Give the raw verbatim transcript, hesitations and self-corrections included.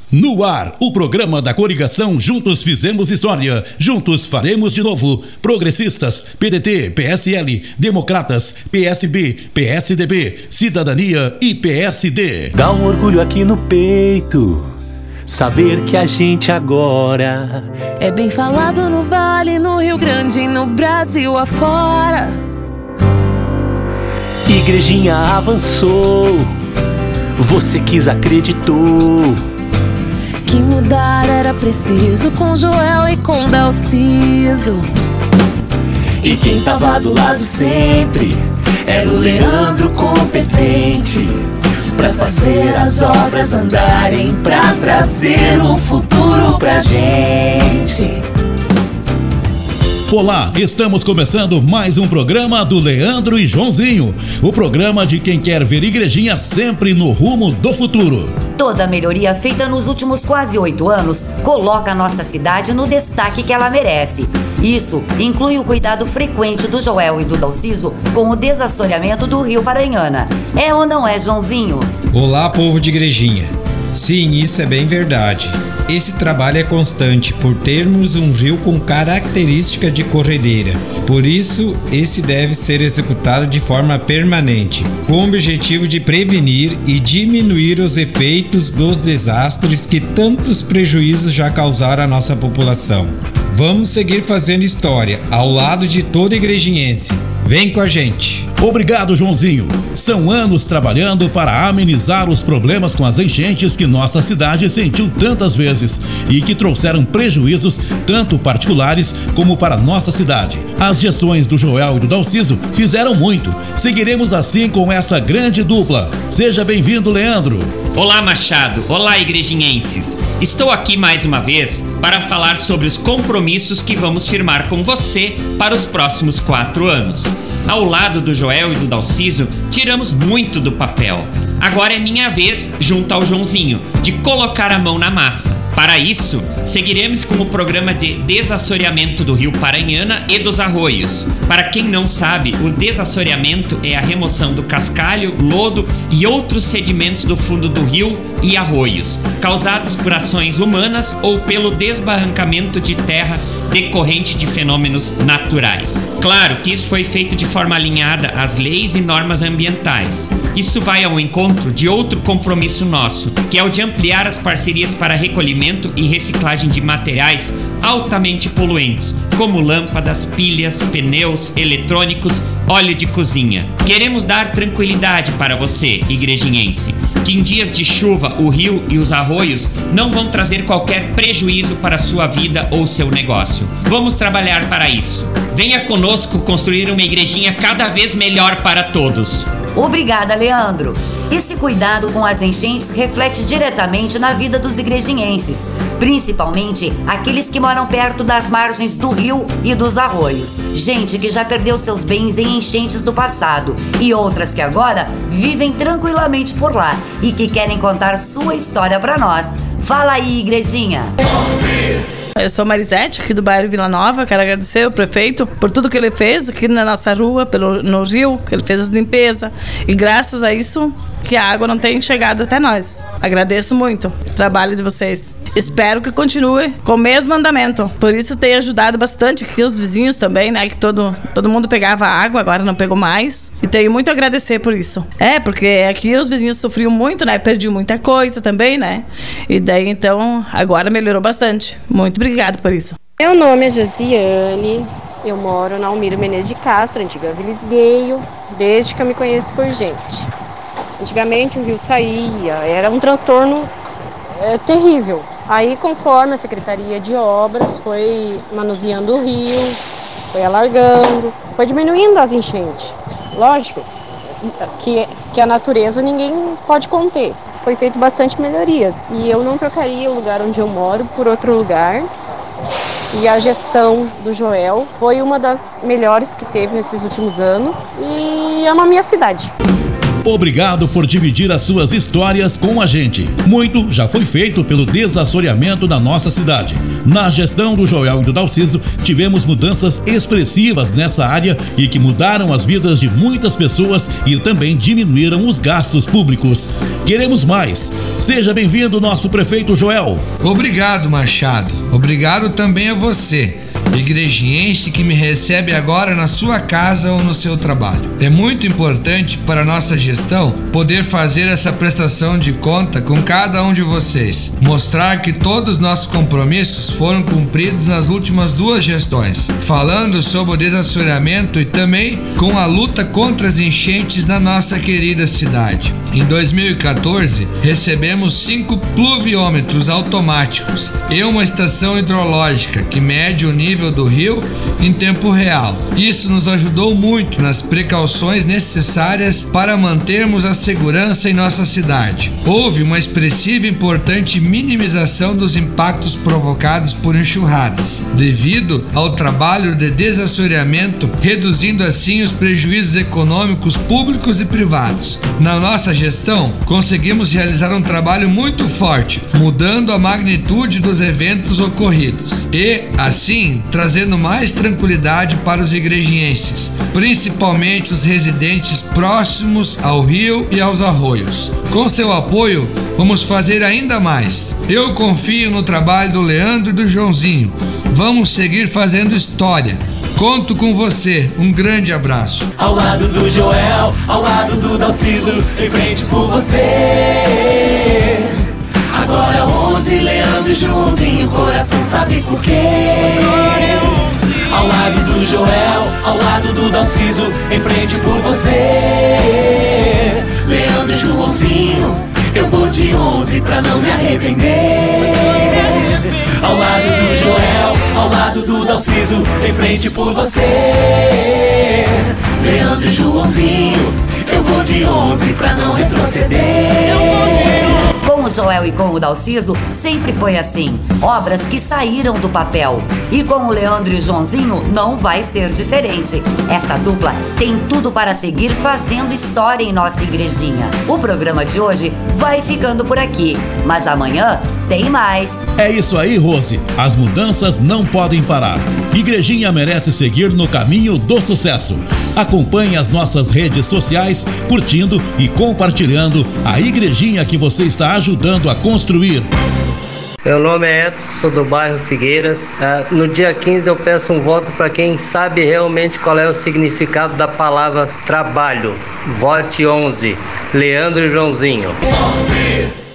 No ar, o programa da coligação Juntos Fizemos História, Juntos Faremos de Novo. Progressistas, P D T, P S L, Democratas, P S B, P S D B, Cidadania e P S D. Dá um orgulho aqui no peito, saber que a gente agora é bem falado no Vale, no Rio Grande e no Brasil afora. Igrejinha avançou, você quis, acreditou que mudar era preciso, com Joel e com Dalciso. E quem tava do lado sempre era o Leandro competente, pra fazer as obras andarem, pra trazer o futuro pra gente. Olá, estamos começando mais um programa do Leandro e Joãozinho, o programa de quem quer ver Igrejinha sempre no rumo do futuro. Toda a melhoria feita nos últimos quase oito anos coloca a nossa cidade no destaque que ela merece. Isso inclui o cuidado frequente do Joel e do Dalciso com o desassoreamento do Rio Paranhana. É ou não é, Joãozinho? Olá, povo de Igrejinha. Sim, isso é bem verdade. Esse trabalho é constante por termos um rio com característica de corredeira. Por isso, esse deve ser executado de forma permanente, com o objetivo de prevenir e diminuir os efeitos dos desastres que tantos prejuízos já causaram à nossa população. Vamos seguir fazendo história ao lado de todo igrejinhense. Vem com a gente! Obrigado, Joãozinho. São anos trabalhando para amenizar os problemas com as enchentes que nossa cidade sentiu tantas vezes e que trouxeram prejuízos tanto particulares como para nossa cidade. As gestões do Joel e do Dalciso fizeram muito. Seguiremos assim com essa grande dupla. Seja bem-vindo, Leandro. Olá, Machado. Olá, igrejinhenses. Estou aqui mais uma vez para falar sobre os compromissos que vamos firmar com você para os próximos quatro anos. Ao lado do Joel e do Dalciso, tiramos muito do papel. Agora é minha vez, junto ao Joãozinho, de colocar a mão na massa. Para isso, seguiremos com o programa de desassoreamento do Rio Paranhana e dos arroios. Para quem não sabe, o desassoreamento é a remoção do cascalho, lodo e outros sedimentos do fundo do rio e arroios, causados por ações humanas ou pelo desbarrancamento de terra decorrente de fenômenos naturais. Claro que isso foi feito de forma alinhada às leis e normas ambientais. Isso vai ao encontro de outro compromisso nosso, que é o de ampliar as parcerias para recolhimento e reciclagem de materiais altamente poluentes, como lâmpadas, pilhas, pneus, eletrônicos, óleo de cozinha. Queremos dar tranquilidade para você, igrejinhense, que em dias de chuva o rio e os arroios não vão trazer qualquer prejuízo para a sua vida ou seu negócio. Vamos trabalhar para isso. Venha conosco construir uma igrejinha cada vez melhor para todos. Obrigada, Leandro. Esse cuidado com as enchentes reflete diretamente na vida dos igrejinhenses, principalmente aqueles que moram perto das margens do rio e dos arroios. Gente que já perdeu seus bens em enchentes do passado e outras que agora vivem tranquilamente por lá e que querem contar sua história para nós. Fala aí, igrejinha! Eu sou Marisete, aqui do bairro Vila Nova. Quero agradecer ao prefeito por tudo que ele fez aqui na nossa rua, pelo, no rio, que ele fez as limpezas. E graças a isso que a água não tem chegado até nós. Agradeço muito o trabalho de vocês. Espero que continue com o mesmo andamento. Por isso tem ajudado bastante aqui os vizinhos também, né? Que todo, todo mundo pegava água, agora não pegou mais. E tenho muito a agradecer por isso. É, porque aqui os vizinhos sofriam muito, né? Perdiam muita coisa também, né? E daí, então, agora melhorou bastante. Muito obrigada por isso. Meu nome é Josiane. Eu moro na Almiro Menezes de Castro, antiga Vila Esgueio, desde que eu me conheço por gente. Antigamente o rio saía, era um transtorno é, terrível. Aí, conforme a Secretaria de Obras foi manuseando o rio, foi alargando, foi diminuindo as enchentes. Lógico que, que a natureza ninguém pode conter. Foi feito bastante melhorias e eu não trocaria o lugar onde eu moro por outro lugar. E a gestão do Joel foi uma das melhores que teve nesses últimos anos e ama a minha cidade. Obrigado por dividir as suas histórias com a gente. Muito já foi feito pelo desassoreamento da nossa cidade. Na gestão do Joel e do Dalciso, tivemos mudanças expressivas nessa área e que mudaram as vidas de muitas pessoas e também diminuíram os gastos públicos. Queremos mais. Seja bem-vindo, nosso prefeito Joel. Obrigado, Machado. Obrigado também a você, igrejiense, que me recebe agora na sua casa ou no seu trabalho. É muito importante para a nossa gestão poder fazer essa prestação de conta com cada um de vocês, mostrar que todos os nossos compromissos foram cumpridos nas últimas duas gestões, falando sobre o desassoreamento e também com a luta contra as enchentes na nossa querida cidade. Em dois mil e quatorze, recebemos cinco pluviômetros automáticos e uma estação hidrológica que mede o nível do rio em tempo real. Isso nos ajudou muito nas precauções necessárias para mantermos a segurança em nossa cidade. Houve uma expressiva e importante minimização dos impactos provocados por enxurradas, devido ao trabalho de desassoreamento, reduzindo assim os prejuízos econômicos públicos e privados. Na nossa gestão, conseguimos realizar um trabalho muito forte, mudando a magnitude dos eventos ocorridos e, assim, trazendo mais tranquilidade para os igrejienses, principalmente os residentes próximos ao rio e aos arroios. Com seu apoio, vamos fazer ainda mais. Eu confio no trabalho do Leandro e do Joãozinho. Vamos seguir fazendo história. Conto com você. Um grande abraço. Ao lado do Joel, ao lado do Dalciso, em frente por você. Agora onze, Leandro e Joãozinho, coração sabe por quê. Ao lado do Joel, ao lado do Dalciso, em frente por você. Leandro e Joãozinho, eu vou de onze pra não me arrepender. Ao lado do Joel, ao lado do Dalciso, em frente por você. Leandro e Joãozinho, eu vou de onze pra não retroceder. Com o Joel e com o Dalciso, sempre foi assim. Obras que saíram do papel. E com o Leandro e o Joãozinho, não vai ser diferente. Essa dupla tem tudo para seguir fazendo história em nossa igrejinha. O programa de hoje vai ficando por aqui, mas amanhã tem mais. É isso aí, Rose. As mudanças não podem parar. Igrejinha merece seguir no caminho do sucesso. Acompanhe as nossas redes sociais, curtindo e compartilhando a igrejinha que você está ajudando a construir. Meu nome é Edson, sou do bairro Figueiras. Uh, no dia quinze eu peço um voto para quem sabe realmente qual é o significado da palavra trabalho. Vote onze. Leandro e Joãozinho. onze